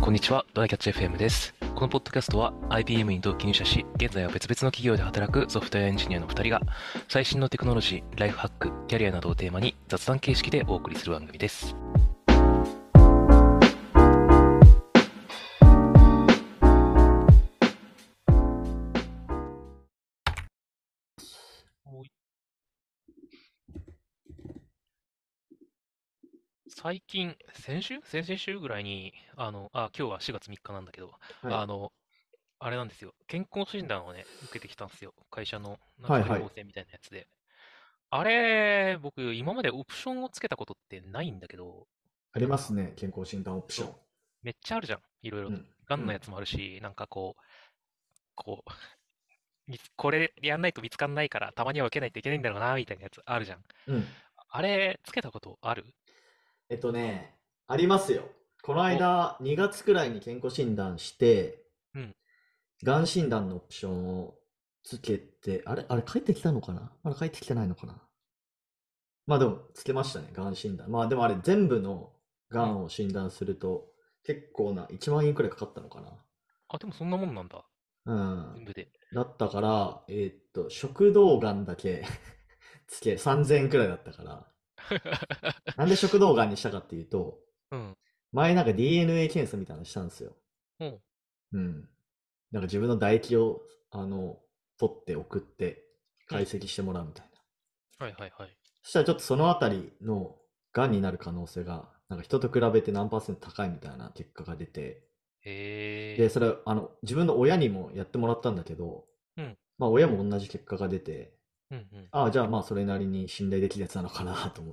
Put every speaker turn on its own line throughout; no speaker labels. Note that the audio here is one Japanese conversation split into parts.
こんにちは、ドライキャッチ FM です。このポッドキャストは IBM に同期入社し、現在は別々の企業で働くソフトウェアエンジニアの2人が、最新のテクノロジー、ライフハック、キャリアなどをテーマに雑談形式でお送りする番組です。最近、先々週ぐらいに、今日は4月3日なんだけど、
はい。
あの、あれなんですよ。健康診断をね、受けてきたんですよ。会社の、福利
はいはい。
厚生みたいなやつで。あれ、僕、今までオプションをつけたことってないんだけど、
あり
なんか、
ますね。健康診断オプション。
そう、めっちゃあるじゃん。いろいろと。
うん。うん。
がんのやつもあるし、こう、これやんないと見つかんないから、たまには受けないといけないんだろうな、みたいなやつあるじゃん。
うん。
あれ、つけたことある？
えっとね、ありますよ。この
お、
間、2月くらいに健康診断して、
うん。
がん診断のオプションをつけて、あれ帰ってきたのかな、まだ帰ってきてないのかな。まあでも、つけましたね。がん診断。まあでもあれ、全部のが
うん。
んを診断すると、結構な、1万円くらいかかったのか
あ、でもそんなもんなんだ。
な。うん。
全部で。
だったから、食道がんだけ3000円くらいだったから、なんで食道がんにしたかっていうと、
うん。
前なんか DNA 検査みたいなのしたんですよ。
うん。
うん。なんか自分の唾液を、あの、取って送って
うん。
解析してもらうみたいな。
はいはいはい。
そしたらちょっとそのあたりの癌になる可能性が、なんか人と比べて何パーセント高いみたいな結果が出て、で、
へえ。
それ、自分の親にもやってもらったんだけど、
うん。
まあ親も同じ結果が出て、
うんうん。
ああ、じゃあまあそれなりに信頼できるやつなのかなと思って、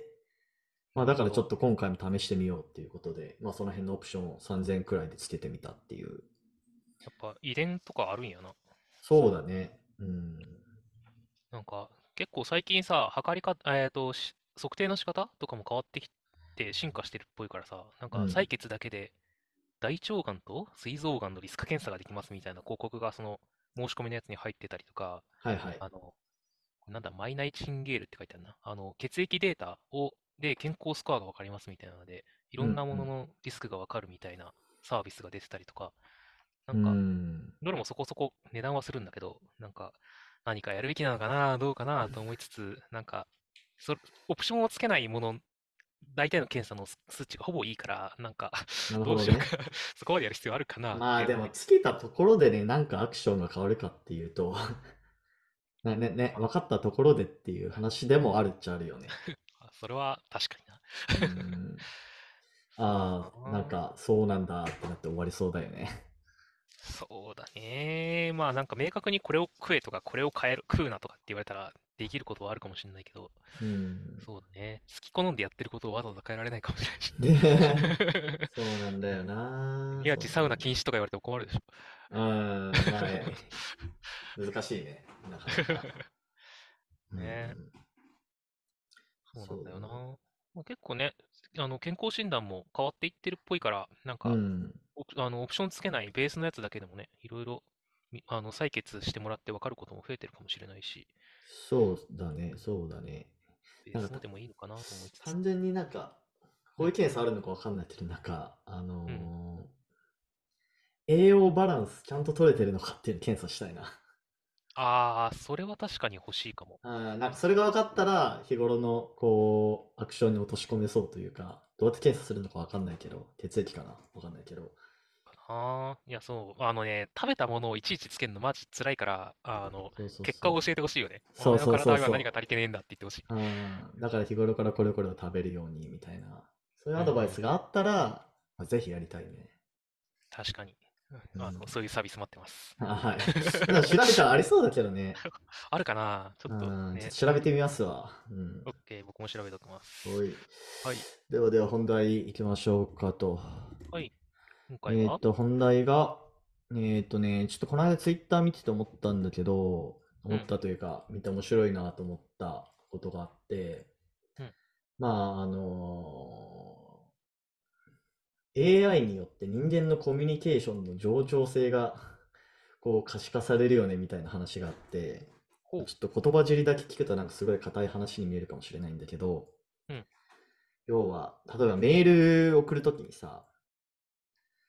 まあだからちょ
なるほど。
っと今回も試してみようっていうことで、まあその辺のオプションを3000くらいでつけてみたっていう。
やっぱ遺伝とかあるんやな。
そうだね。うん。
なんか、結構最近さ、測りか、測定の仕方とかも変わってきて進化してるっぽいからさ、なん
うん。
か採血だけで大腸がんと膵臓がんのリスク検査ができますみたいな広告がその申し込みのやつに入ってたりとか、
はいはい。
あの、なんだ、マイナイチンゲールって書いてあるな。血液データで健康スコアがわかりますみたいなので、いろんなもの
うん
のリスクがわかるみたいなサービスが出てたりとか、な
うん。う
んか、
ん。
どれもそこそこ値段はするんだけど、なんか、何かやるべきなのかな、どうかなと思いつつ、なんか、そオプションをつけないもの、大体の検査の数値がほぼいいから、なんか
なる
どうしようか
ほどね。
そこまでやる必要あるかなっ
まあでも、
て思いつつ。
つけたところでね、なんかアクションが変わるかっていうと分かったところでっていう話でもあるっちゃあるよね。
それは確かにな。
うーん。
そうだ
ああ、なん
な。
か、そうなんだってなって終わりそうだよね。
そうだね。まあなんか明確にこれを食えとかこれを食うなとかって言われたらできることはあるかもしれないけど、
うん。
そうだね。好き好んでやってることをわざわざ変えられないかもしれないし。
で、そうなんだよな。
宮地サウナ
そうなんだよ。
禁止とか言われても困るでしょ。
うん、まあ、難しいね。なかなか。う
ね。
ん。
そうなんだよな。
そう。
まあ、結構ね、健康診断も変わっていってるっぽいから、なんか、
うん。
オプションつけないベースのやつだけでもね、いろいろ、採血してもらって分かることも増えてるかもしれないし、
そうだね、そうだね。
ベー
なんか
スのでもいいのかなと思いつつ。
単純になんか、こういう
うん、
検査あるのかわかんないけど、なんか、
うん。
栄養バランスちゃんと取れてるのかっていうの検査したいな。
ああ、それは確かに欲しいかも。
なんかそれが分かったら、日頃の、こう、アクションに落とし込めそうというか、どうやって検査するのか分かんないけど、血液かな分かんないけど。
いや、そう、食べたものをいちいちつけるのマジ辛いから、
そうそうそう。
結果を教えてほしいよね。お前の
そうそうそう
体には何が
そ
足りてねえんだって言ってほしい。
う。だから日頃からこれこれを食べるように、みたいな。そういうアドバイ
うんうん。
スがあったら、まあぜひやりたいね。
確かに。
うん。
そういうサービス待ってます。
はい。でも調べたらありそうだけどね。
あるかなちょっと
ちょっ
ね。
と調べてみますわ。うん。
OK、僕も調べておきます。
おい。
はい。
ではでは本題行きましょうかと。
はい。今回は
本題が、ちょっとこの間ツイッター見てて思ったんだけど、
うん、
思ったというか、見て面白いなと思ったことがあって、
うん。
まあ、AI によって人間のコミュニケーションの冗長性がこう可視化されるよねみたいな話があって、
ほう。
ちょっと言葉尻だけ聞くとなんかすごい硬い話に見えるかもしれないんだけど、
うん、
要は、例えばメール送るときにさ、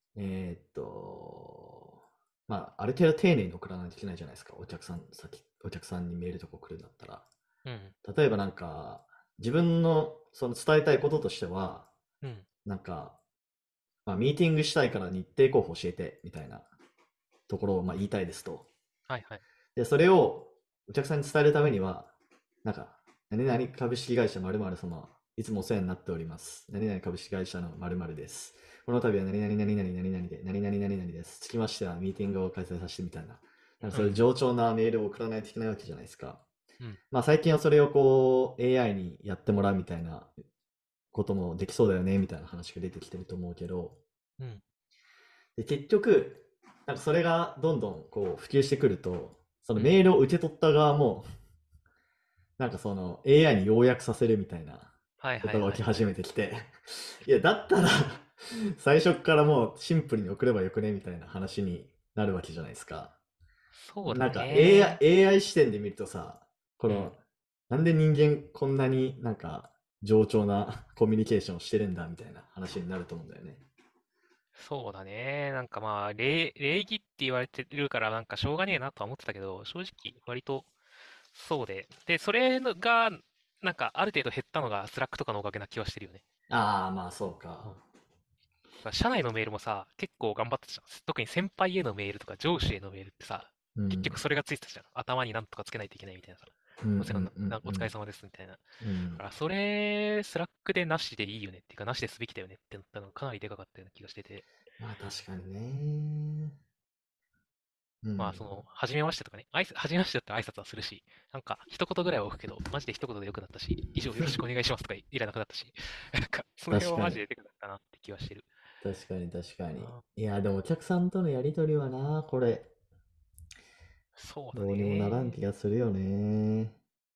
まあ、ある程度丁寧に送らないといけないじゃないですか。お客さんにメールとか送るんだったら。
うん、
例えばなんか、自分のその伝えたいこととしては、
うん。
なんか、まあ、ミーティングしたいから日程候補教えて、みたいなところをまあ言いたいですと。
はいはい。
で、それをお客さんに伝えるためには、なんか、何々株式会社〇〇様、いつもお世話になっております。何々株式会社の〇〇です。この度は何々何々何々で、何々何々です。つきましてはミーティングを開催させてみたいな。なんかそういう
うん、
冗長なメールを送らないといけないわけじゃないですか。
うん、
まあ最近はそれをこう AI にやってもらうみたいなこともできそうだよねみたいな話が出てきてると思うけど、
うん。
で結局、なんかそれがどんどんこう普及してくると、その
うん。
メールを受け取った側も、なんかその AI に要約させるみたいな
はい
ことが起き
はいはいはい。
始めてきて、いや、だったら最初からもうシンプルに送ればよくねみたいな話になるわけじゃないですか。
そうだ
なんか AI、
ね。
AI 視点で見るとさ、こ
うん。
の、なんで人間こんなになんか冗長なコミュニケーションをしてるんだみたいな話になると思うんだよね。
そうだね。なんかまあ、礼儀って言われてるからなんかしょうがねえなとは思ってたけど、正直割とそうで。で、それのが、なんかある程度減ったのがスラックとかのおかげな気はしてるよね。
ああ、まあそうか。
社内のメールもさ、結構頑張ってたじゃん。特に先輩へのメールとか上司へのメールってさ、
うん。
結局それがついてたじゃん。頭になんとかつけないといけないみたいなさ。
うんう
お世話に
んうん
お疲れ様ですみたいな。だ
うん。うん。
から、それ、スラックでなしでいいよねっていうか、なしですべきだよねってなったのがかなりでかかったような気がしてて。
まあ確かにね。うん。
初めましてとかね、初めましてだったら挨拶はするし、なんか、一言ぐらいは置くけど、マジで一言でよくなったし、以上よろしくお願いしますとかいらなくなったし、なんか、その辺
確かに。
はマジででかかったなって気はしてる。
確かに確かに。
あ
いや、でもお客さんとのやりとりはな、これ、
そうだ
どうにもならん
ね。
気がするよね。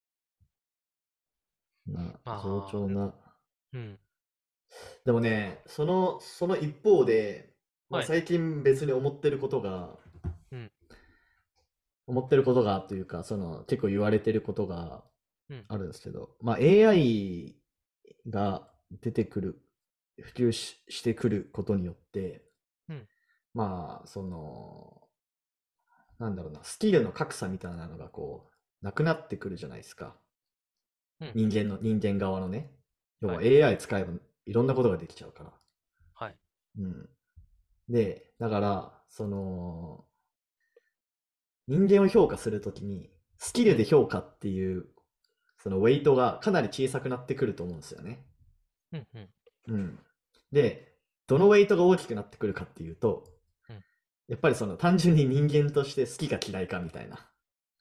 冗
まあ、
長な。
うん。
でもね、その一方で、まあ
はい。
最近別に
うん。
思ってることがというか、その結構言われてることが
うん。
あるんですけど、まあ AI が出てくる、してくることによって、
うん。
まあ、なんだろうな、スキルの格差みたいなのがこう、なくなってくるじゃないですか。
うん。うん。
人間側のね。要は
はい。
AI 使えばいろんなことができちゃうから。
はい。
うん。で、だから、人間を評価するときに、スキルで
うん。
評価っていう、そのウェイトがかなり小さくなってくると思うんですよね。
うん。うん。
うん。で、どのウェイトが大きくなってくるかっていうと、
うん。
やっぱりその単純に人間として好きか嫌いかみたいな。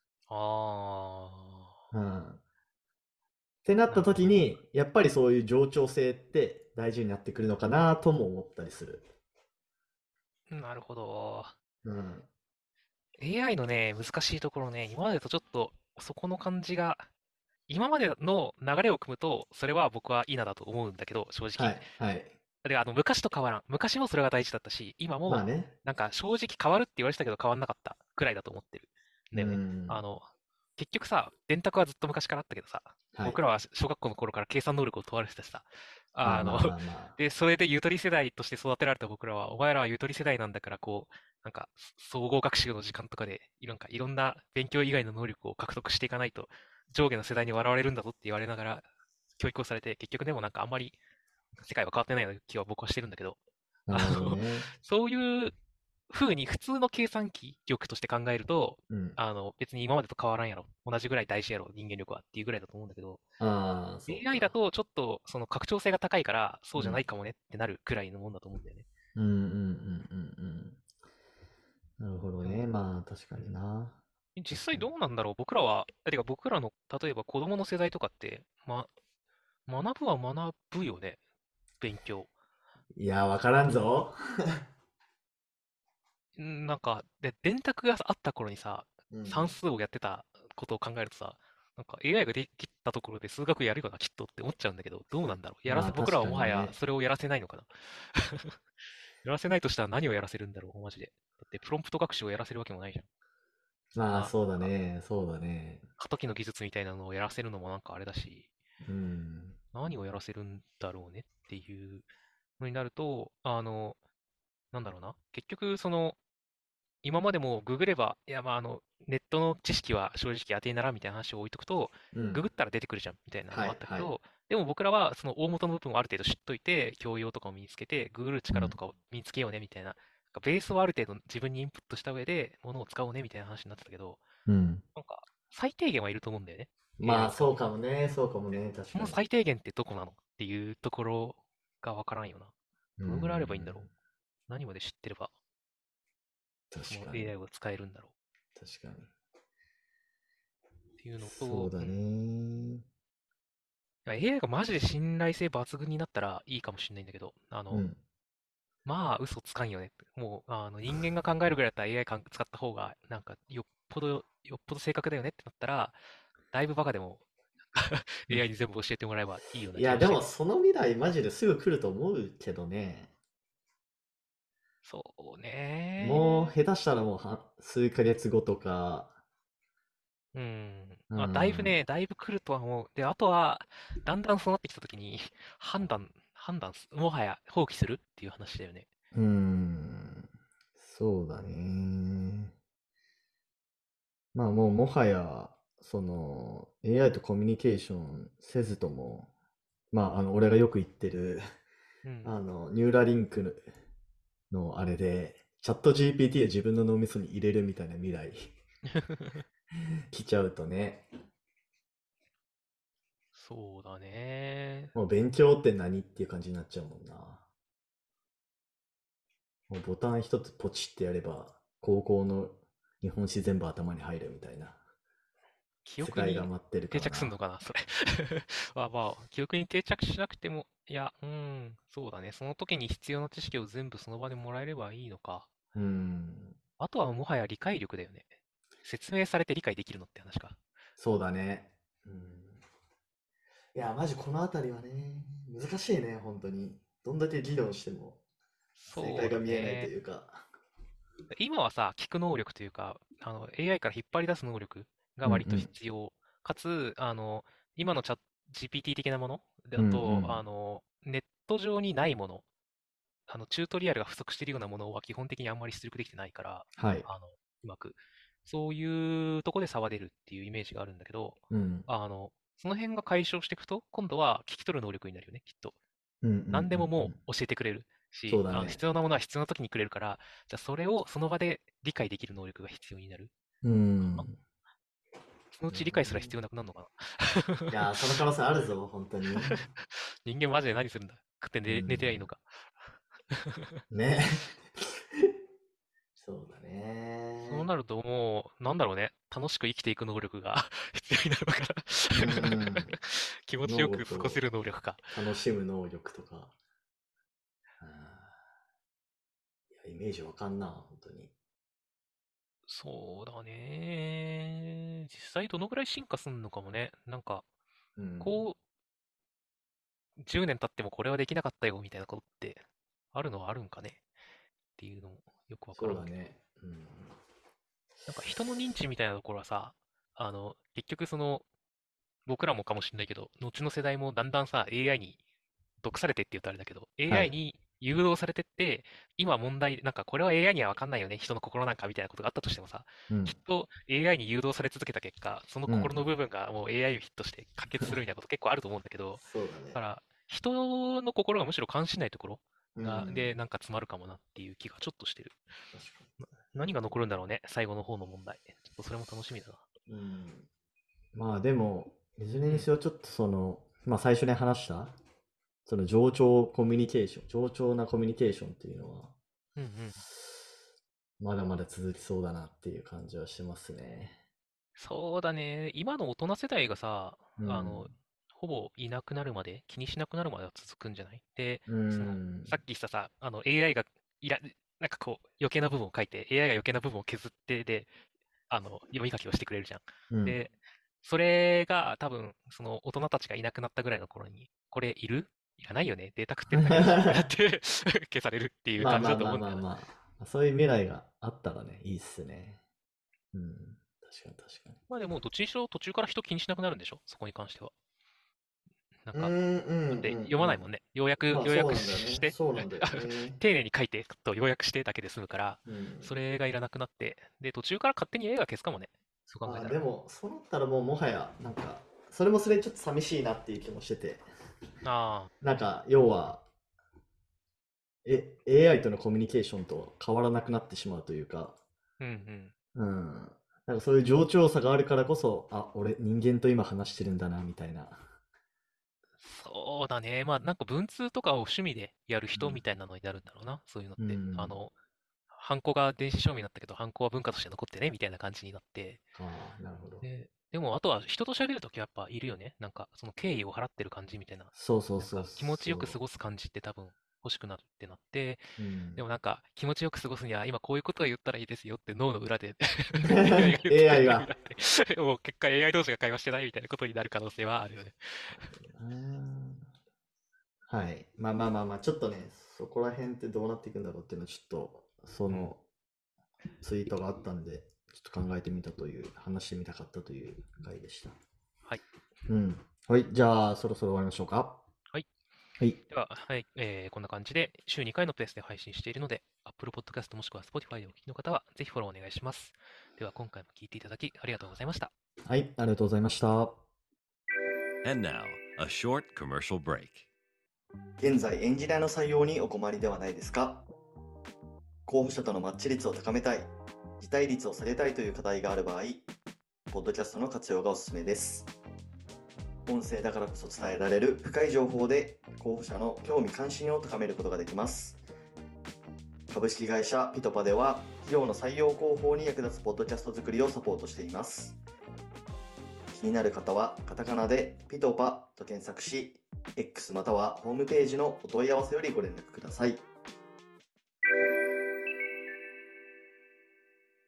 あ
うん。ってな
ー、
った
なるほど。
時に、やっぱりそういう冗長性って大事になってくるのかなとも思ったりする。
なるほど。
うん。
AI のね、難しいところね、今までとちょっと、そこの感じが、今までの流れを組むと、それは僕はいいなだと思うんだけど、正直。
はい、はい。
で、昔と変わらん。昔もそれが大事だったし、今も、
まあね。
なんか正直変わるって言われてたけど変わんなかったくらいだと思ってるん
う
だよね。
ん。
結局さ、電卓はずっと昔からあったけどさ、
はい。
僕らは小学校の頃から計算能力を問われてたしさ、あの、
まあまあまあまあ。
で、それでゆとり世代として育てられた僕らは、お前らはゆとり世代なんだから、こう、なんか、総合学習の時間とかで、いろんな勉強以外の能力を獲得していかないと、上下の世代に笑われるんだぞって言われながら、教育をされて、結局でもなんかあんまり世界は変わってないような気は僕はしてるんだけど、
なるほど
あの、
ね。
そういう風に普通の計算機力として考えると、
うん。
別に今までと変わらんやろ。同じぐらい大事やろ、人間力はっていうぐらいだと思うんだけど、
ああ、そう
AI だ
か。
とちょっとその拡張性が高いから、そうじゃな
うん。
いかもねってなるくらいのもんだと思うんだよね。
うんうんうんうんうん。なるほど
でも、
ね。まあ、確か
うん、
にな。
実際
確かに。
どうなんだろう。僕らは、てか僕らの、例えば子供の世代とかって、学ぶは学ぶよね、勉強。
いや、わからんぞ。
なんか、で、電卓があった頃にさ、
うん。
算数をやってたことを考えるとさ、なんか AI ができたところで数学やるよな、きっとって思っちゃうんだけど、どうなんだろう。
まあ、確
僕らはもはや
かにね。
それをやらせないのかな。やらせないとしたら何をやらせるんだろう、マジで。だってプロンプト学習をやらせるわけもないじゃん。
まあ、そうだ
なんか、
ね。そうだね。
過渡期の技術みたいなのをやらせるのもなんかあれだし、
うん。
何をやらせるんだろうねっていうのになると、 なんだろうな。結局、今までもググれば、いや、まあ、ネットの知識は正直当てにならんみたいな話を置いとくと、
うん。
ググったら出てくるじゃんみたいなのはあっ
はい、はい。
たけど、でも僕らはその大元の部分をある程度知っといて、教養とかを身につけて、ググる
うん。
力とかを身につけようねみたいな、なんかベースをある程度自分にインプットした上で、ものを使おうねみたいな話になってたけど、
うん。
なんか、最低限はいると思うんだよね。
ま
AI
あ、そう
に関しては。
かもね。そうかもね。確
その
かに。
最低限ってどこなのっていうところがわからんよな。
う
どのぐらいあればいいんだろう。
ん。
何まで知ってれば、その
確かに。
AI を使えるんだろう
確かに。
っていうのと、
そうだ
うん。
ね。
AI がマジで信頼性抜群になったらいいかもしれないんだけど、
うん。
まあ、嘘つかんよねって。もう、人間が考えるぐらいだったら AI 使った方が、なんか、よっぽど正確だよねってなったら、だいぶバカでも AI に全部教えてもらえばいいような
いや、でも
気はしてる。
その未来マジですぐ来ると思うけどね。
そう
もう
ね。
下手したらもう数ヶ月後とか、
うん。
う
まあ、だいぶ
ん、
ね、だいぶ来るとは思う。で、あとは、だんだんそうなってきたときに、もはや放棄するっていう話だよね。
うん、そうだね。まあもうもはや、その AI とコミュニケーションせずとも、まあ俺がよく言ってる、
うん。
ニューラリンクのあれで、チャット GPT を自分の脳みそに入れるみたいな未来来ちゃうとね、
そうだね。
もう勉強って何っていう感じになっちゃうもんな。もうボタン一つポチってやれば、高校の日本史全部頭に入るみたいな世
記憶に
界が待ってるか
定
らな。
着すんのかな、それまあ、記憶に定着しなくても、いや、そうだね。その時に必要な知識を全部その場でもらえればいいのか。
うん。
あとはもはや理解力だよね。説明されて理解できるのって話か。
そうだね。うん。いや、マジこのあたりはね、難しいね、本当に。どんだけ議論しても正
そうだ
解が見えないと
ね。
いうか。
今はさ、聞く能力というか、AI から引っ張り出す能力が割と
うんうん。
必要。かつ、今のGPT 的なもの
うんう
だと、
ん。
ネット上にないもの、チュートリアルが不足しているようなものは基本的にあんまり出力できてないから、
はい。
うまく。そういうとこで差は出るっていうイメージがあるんだけど、
うん。
その辺が解消していくと、今度は聞き取る能力になるよね、きっと。
うんうんうん
何でも
うん。
もう教えてくれるし、
そうだね。
必要なものは必要な時にくれるから、じゃあそれをその場で理解できる能力が必要になる
う
かな。
ん。
そのうち理解すら必要なくなるのかな。
いやー、その可能性あるぞ、本当に。
人間マジで何するんだ食って
う
寝てりゃいいの
ん。
か。
ね。そうだね。
そうなるともう、なんだろうね。楽しく生きていく能力が必要になるのかな。
うん。
気持ち
物
よく過ごせ
事を
る能力か。
楽しむ能力とか。うん、いや、イメージわかんな、本当に。
そうだね。実際どのぐらい進化すんのかもね。なんか、
うん。
こう、10年経ってもこれはできなかったよみたいなことってあるのはあるんかねっていうのもよくわからんけど。
そうだね。うん。
なんか人の認知みたいなところはさ、結局僕らもかもしれないけど、後の世代もだんだんさ、AI に毒されてって言うとあれだけど、
は
AI
い。
に誘導されてって、今問題、なんかこれは AI にはわかんないよね、人の心なんかみたいなことがあったとしてもさ、
うん。
きっと AI に誘導され続けた結果、その
うん。
心の部分がもう AI をヒットして可決するみたいなこと結構あると思うんだけど、
そうだね。
だから、人の心がむしろ関心ないところ
うん。
で、なんか詰まるかもなっていう気がちょっとしてる。
確か
何が残るんだろうね、最後の方の問題。ちょっとそれも楽しみだな。
に。うん。まあでも、いずれ
うん。
にせよちょっとまあ最初に話した、その冗長コミュニケーション、冗長なコミュニケーションっていうのは、
うんうん。
まだまだ続きそうだなっていう感じはしますね。
そうだね。今の大人世代がさ、
うん。
ほぼいなくなるまで、気にしなくなるまでは続くんじゃないで、
うん。
さっき言ったさ、AI がなんかこう、余計な部分を書いて、AI が余計な部分を削って、で、読み書きをしてくれるじゃん。
うん。
で、それが多分、その大人たちがいなくなったぐらいの頃に、これいるいらないよね。データ食ってるだけでしょってなって消されるっていう感じだ
まあまあまあ
と思うんだよな。
まあまあ。そういう未来があったらね、いいっすね。うん。確かに確かに。
まあでも、どっちにしろ途中から人気にしなくなるんでしょそこに関しては。 なんか、
うんうん
だって
うん
読まないもんね。要約、
まあ
要約
そうなんだよね。
して、
そうなんだよね。
丁寧に書いてと要約してだけで済むから、
うん。
それがいらなくなって、で、途中から勝手に映画消すかもね。そう考えたら。
でも、そうなったらもうもはや、なんか、それもそれちょっと寂しいなっていう気もしてて、
ああ、
なんか、要は、AI とのコミュニケーションと変わらなくなってしまうというか、
うんうん。
うん。なんかそういう冗長さがあるからこそ、あ、俺人間と今話してるんだな、みたいな。
そうだね。まあ、なんか文通とかを趣味でやる
うん。
人みたいなのになるんだろうな。そういうのっ
う
て。
ん。
ハンコが電子証明になったけど、ハンコは文化として残ってね、みたいな感じになって。
ああ、なるほど。
でも、あとは人と喋るときはやっぱいるよね。なんか、その敬意を払ってる感じみたいな。
そうそうそう
なんか、気持ちよく過
そ
ごす感じって多分欲しくなるってなって、
う。うん。
でもなんか、気持ちよく過ごすには、今こういうことを言ったらいいですよって脳の裏でAI が言ってくれ
AI が。
てるみたいで、もう結果 AI 同士が会話してないみたいなことになる可能性はあるよね。
うん。はい。まあまあまあまあ、ちょっとね、そこら辺ってどうなっていくんだろうっていうのは、ちょっと、そ
うん。
のツイートがあったんで、ちょっと考えてみたという、話してみたかったという回でした。
はい。
うん。はい。じゃあ、そろそろ終わりましょうか。
はい。
はい。
では、はい、こんな感じで週2回のペースで配信しているので、Apple Podcast もしくは Spotify でお聞きの方は、ぜひフォローお願いします。では、今回も聞いていただきありがとうございました。
はい。ありがとうございました。
And now, a short commercial break.
現在、エンジニアの採用にお困りではないですか？候補者とのマッチ率を高めたい、辞退率を下げたいという課題がある場合、ポッドキャストの活用がおすすめです。音声だからこそ伝えられる深い情報で候補者の興味関心を高めることができます。株式会社ピトパでは企業の採用広報に役立つポッドキャスト作りをサポートしています。気になる方はカタカナでピトパと検索し、X またはホームページのお問い合わせよりご連絡ください。